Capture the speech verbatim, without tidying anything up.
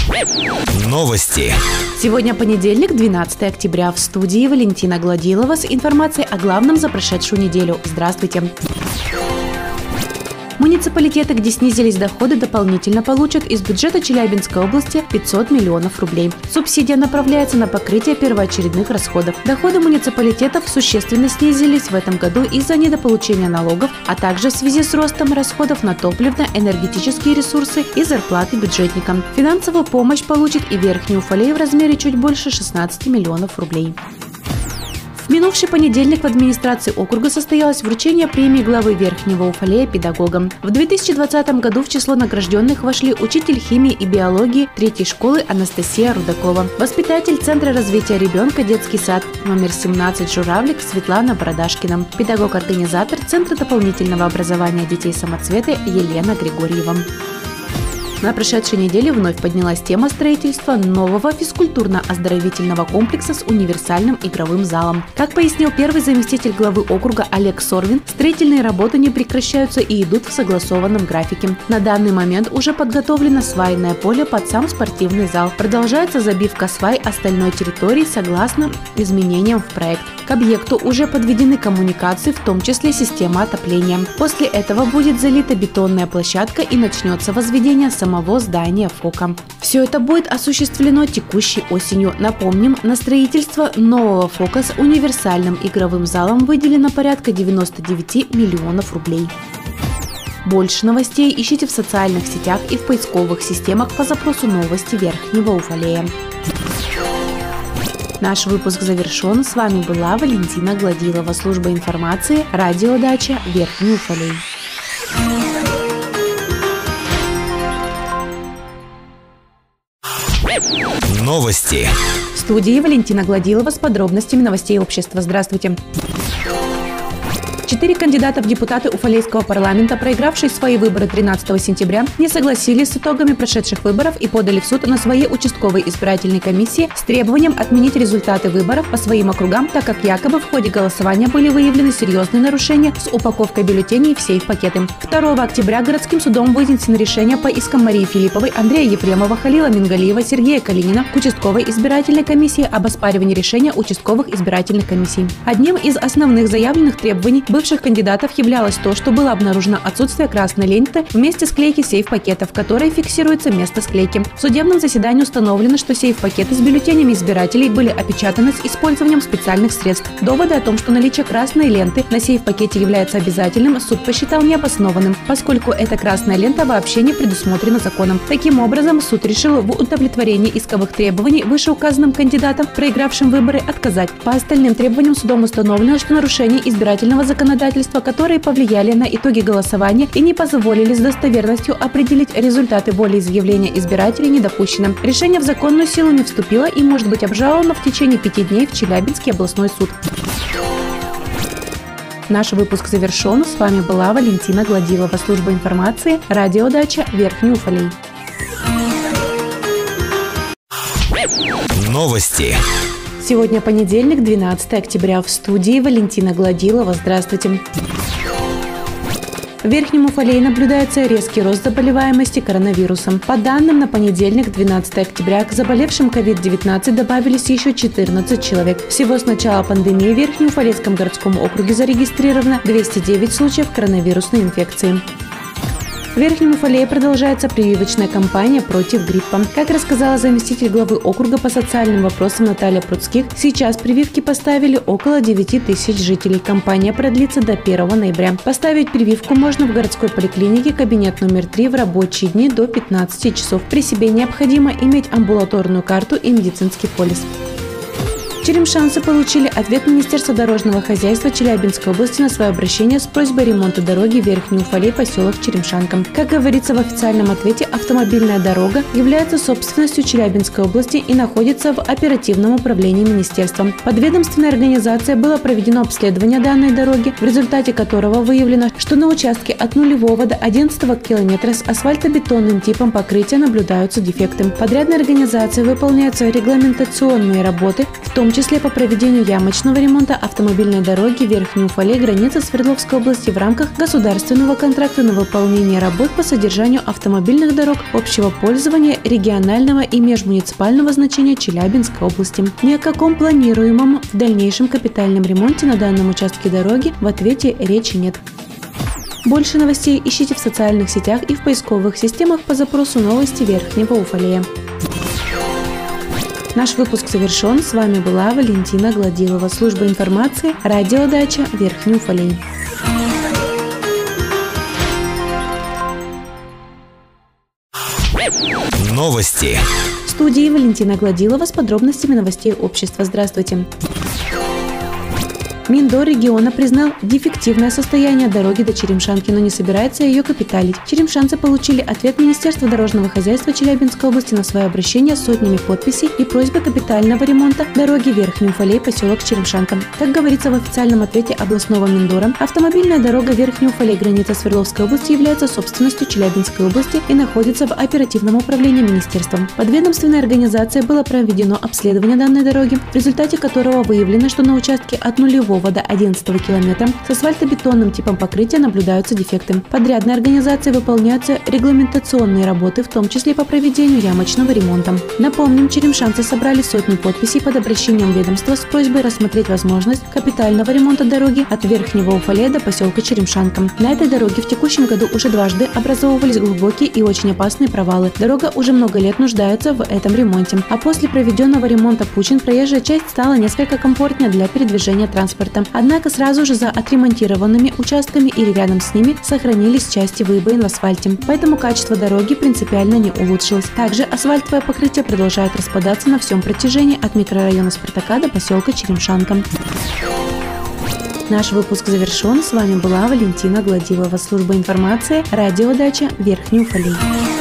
Новости. Сегодня понедельник, двенадцатое октября. В студии Валентина Гладилова с информацией о главном за прошедшую неделю. Здравствуйте. Муниципалитеты, где снизились доходы, дополнительно получат из бюджета Челябинской области пятьсот миллионов рублей. Субсидия направляется на покрытие первоочередных расходов. Доходы муниципалитетов существенно снизились в этом году из-за недополучения налогов, а также в связи с ростом расходов на топливно-энергетические ресурсы и зарплаты бюджетникам. Финансовую помощь получит и Верхний Уфалей в размере чуть больше шестнадцати миллионов рублей. В минувший понедельник в администрации округа состоялось вручение премии главы Верхнего Уфалея педагогам. В две тысячи двадцатом году в число награжденных вошли учитель химии и биологии третьей школы Анастасия Рудакова, воспитатель Центра развития ребенка детский сад номер семнадцать «Журавлик» Светлана Бородашкина, педагог-организатор Центра дополнительного образования детей самоцветы Елена Григорьева. На прошедшей неделе вновь поднялась тема строительства нового физкультурно-оздоровительного комплекса с универсальным игровым залом. Как пояснил первый заместитель главы округа Олег Сорвин, строительные работы не прекращаются и идут в согласованном графике. На данный момент уже подготовлено свайное поле под сам спортивный зал. Продолжается забивка свай остальной территории согласно изменениям в проект. К объекту уже подведены коммуникации, в том числе система отопления. После этого будет залита бетонная площадка и начнется возведение самого здания ФОКа. Все это будет осуществлено текущей осенью. Напомним, на строительство нового ФОКа с универсальным игровым залом выделено порядка девяноста девяти миллионов рублей. Больше новостей ищите в социальных сетях и в поисковых системах по запросу «Новости Верхнего Уфалея». Наш выпуск завершен. С вами была Валентина Гладилова, служба информации, радиодача Верхний Уфалей. Новости. В студии Валентина Гладилова с подробностями новостей общества. Здравствуйте. Четыре кандидата в депутаты Уфалейского парламента, проигравшие свои выборы тринадцатого сентября, не согласились с итогами прошедших выборов и подали в суд на своей участковой избирательной комиссии с требованием отменить результаты выборов по своим округам, так как якобы в ходе голосования были выявлены серьезные нарушения с упаковкой бюллетеней в сейф-пакеты. второго октября городским судом вынесено решение по искам Марии Филипповой, Андрея Ефремова, Халила Мингалиева, Сергея Калинина к участковой избирательной комиссии об оспаривании решения участковых избирательных комиссий. Одним из основных заявленных требований бывших кандидатов являлось то, что было обнаружено отсутствие красной ленты вместе с клейки сейф-пакета, в которой фиксируется место склейки. В судебном заседании установлено, что сейф-пакеты с бюллетенями избирателей были опечатаны с использованием специальных средств. Доводы о том, что наличие красной ленты на сейф-пакете является обязательным, суд посчитал необоснованным, поскольку эта красная лента вообще не предусмотрена законом. Таким образом, суд решил в удовлетворении исковых требований вышеуказанным кандидатам, проигравшим выборы, отказать. По остальным требованиям судом установлено, что нарушение избирательного законодательства, которые повлияли на итоги голосования и не позволили с достоверностью определить результаты волеизъявления избирателей, не допущено. Решение в законную силу не вступило и может быть обжаловано в течение пяти дней в Челябинский областной суд. Наш выпуск завершен. С вами была Валентина Гладилова, служба информации, радиодача Верхний Уфалей. Новости. Сегодня понедельник, двенадцатое октября. В студии Валентина Гладилова. Здравствуйте. В Верхнем Уфалее наблюдается резкий рост заболеваемости коронавирусом. По данным на понедельник, двенадцатое октября, к заболевшим ковид девятнадцать добавились еще четырнадцать человек. Всего с начала пандемии в Верхнеуфалейском городском округе зарегистрировано двести девять случаев коронавирусной инфекции. В Верхнем Уфалее продолжается прививочная кампания против гриппа. Как рассказала заместитель главы округа по социальным вопросам Наталья Пруцких, сейчас прививки поставили около девяти тысяч жителей. Кампания продлится до первого ноября. Поставить прививку можно в городской поликлинике, кабинет номер три, в рабочие дни до пятнадцати часов. При себе необходимо иметь амбулаторную карту и медицинский полис. Черемшанцы получили ответ Министерства дорожного хозяйства Челябинской области на свое обращение с просьбой ремонта дороги Верхний Уфалей, поселок Черемшанка. Как говорится в официальном ответе, автомобильная дорога является собственностью Челябинской области и находится в оперативном управлении министерства. Подведомственной организацией было проведено обследование данной дороги, в результате которого выявлено, что на участке от нулевого до одиннадцатого километра с асфальтобетонным типом покрытия наблюдаются дефекты. Подрядной организацией выполняются регламентационные работы, в том числе числе по проведению ямочного ремонта автомобильной дороги Верхний Уфалей, граница Свердловской области, в рамках государственного контракта на выполнение работ по содержанию автомобильных дорог общего пользования регионального и межмуниципального значения Челябинской области. Ни о каком планируемом в дальнейшем капитальном ремонте на данном участке дороги в ответе речи нет. Больше новостей ищите в социальных сетях и в поисковых системах по запросу «Новости Верхнего Уфалея». Наш выпуск завершен. С вами была Валентина Гладилова. Служба информации, радиодача Верхний Уфалей. Новости. В студии Валентина Гладилова с подробностями новостей общества. Здравствуйте. Миндор региона признал дефективное состояние дороги до Черемшанки, но не собирается ее капиталить. Черемшанцы получили ответ Министерства дорожного хозяйства Челябинской области на свое обращение с сотнями подписей и просьбой капитального ремонта дороги Верхний Уфалей, поселок Черемшанка. Как говорится в официальном ответе областного Миндора, автомобильная дорога Верхний Уфалей, граница Свердловской области, является собственностью Челябинской области и находится в оперативном управлении министерством. Подведомственной организацией было проведено обследование данной дороги, в результате которого выявлено, что на участке от нулевого до одиннадцатого километра с асфальтобетонным типом покрытия наблюдаются дефекты. Подрядной организацией выполняются регламентационные работы, в том числе по проведению ямочного ремонта. Напомним, черемшанцы собрали сотни подписей под обращением ведомства с просьбой рассмотреть возможность капитального ремонта дороги от Верхнего Уфалея до поселка Черемшанка. На этой дороге в текущем году уже дважды образовывались глубокие и очень опасные провалы. Дорога уже много лет нуждается в этом ремонте. А после проведенного ремонта Пучин проезжая часть стала несколько комфортнее для передвижения транспорта. Однако сразу же за отремонтированными участками или рядом с ними сохранились части выбоин в асфальте, поэтому качество дороги принципиально не улучшилось. Также асфальтовое покрытие продолжает распадаться на всем протяжении от микрорайона Спартака до поселка Черемшанка. Наш выпуск завершен. С вами была Валентина Гладилова. Служба информации, радиодача Верхний Уфалей.